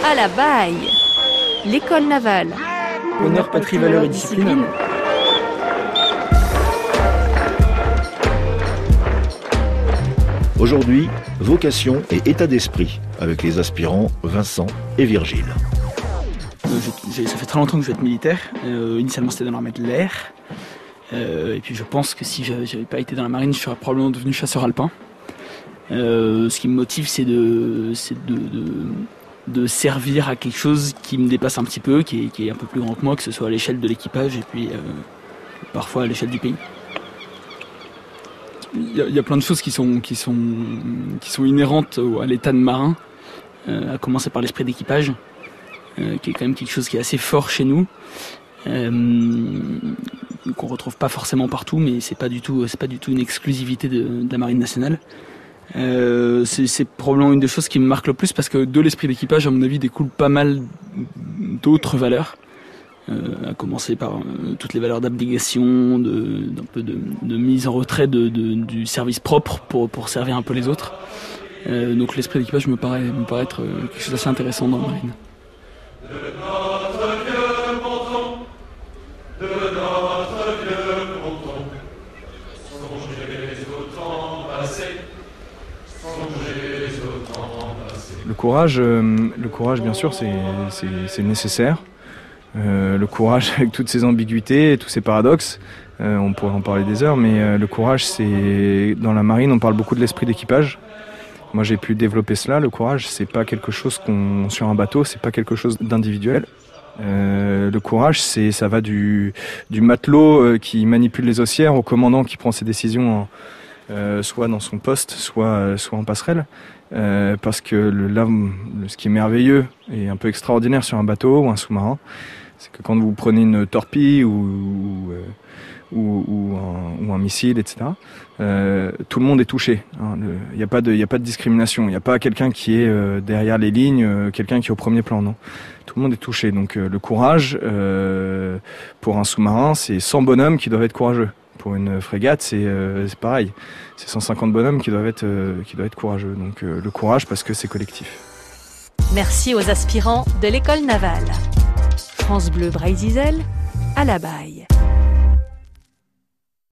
À la Baille, l'école navale. Honneur, patrie, valeur et discipline. Aujourd'hui, vocation et état d'esprit avec les aspirants Vincent et Virgile. Ça fait très longtemps que je vais être militaire. Initialement, c'était dans l'armée de l'air. Et puis je pense que si j'avais pas été dans la marine, je serais probablement devenu chasseur alpin. Ce qui me motive, c'est de servir à quelque chose qui me dépasse un petit peu, qui est un peu plus grand que moi, que ce soit à l'échelle de l'équipage et puis parfois à l'échelle du pays. Il y a plein de choses qui sont inhérentes à l'état de marin, à commencer par l'esprit d'équipage, qui est quand même quelque chose qui est assez fort chez nous, qu'on retrouve pas forcément partout, mais c'est pas du tout une exclusivité de la marine nationale. C'est probablement une des choses qui me marque le plus, parce que de l'esprit d'équipage, à mon avis, découle pas mal d'autres valeurs, à commencer par toutes les valeurs d'abnégation, d'un peu de mise en retrait du service propre pour servir un peu les autres. Donc l'esprit d'équipage me paraît être quelque chose d'assez intéressant dans la marine. Le courage, bien sûr, c'est nécessaire. Le courage avec toutes ses ambiguïtés et tous ses paradoxes, on pourrait en parler des heures, mais le courage, dans la marine, on parle beaucoup de l'esprit d'équipage. Moi, j'ai pu développer cela. Le courage, c'est pas quelque chose sur un bateau, c'est pas quelque chose d'individuel. Le courage, ça va du matelot qui manipule les haussières au commandant qui prend ses décisions soit dans son poste, soit en passerelle. Parce que ce qui est merveilleux et un peu extraordinaire sur un bateau ou un sous-marin, c'est que quand vous prenez une torpille ou un missile, etc., tout le monde est touché. Il n'y a pas de discrimination. Il n'y a pas quelqu'un qui est derrière les lignes, quelqu'un qui est au premier plan. Non, tout le monde est touché. Donc le courage, pour un sous-marin, c'est 100 bonhommes qui doivent être courageux. Pour une frégate, c'est pareil. C'est 150 bonhommes qui doivent être courageux. Donc le courage, parce que c'est collectif. Merci aux aspirants de l'école navale. France Bleu Brésil, à la Baille.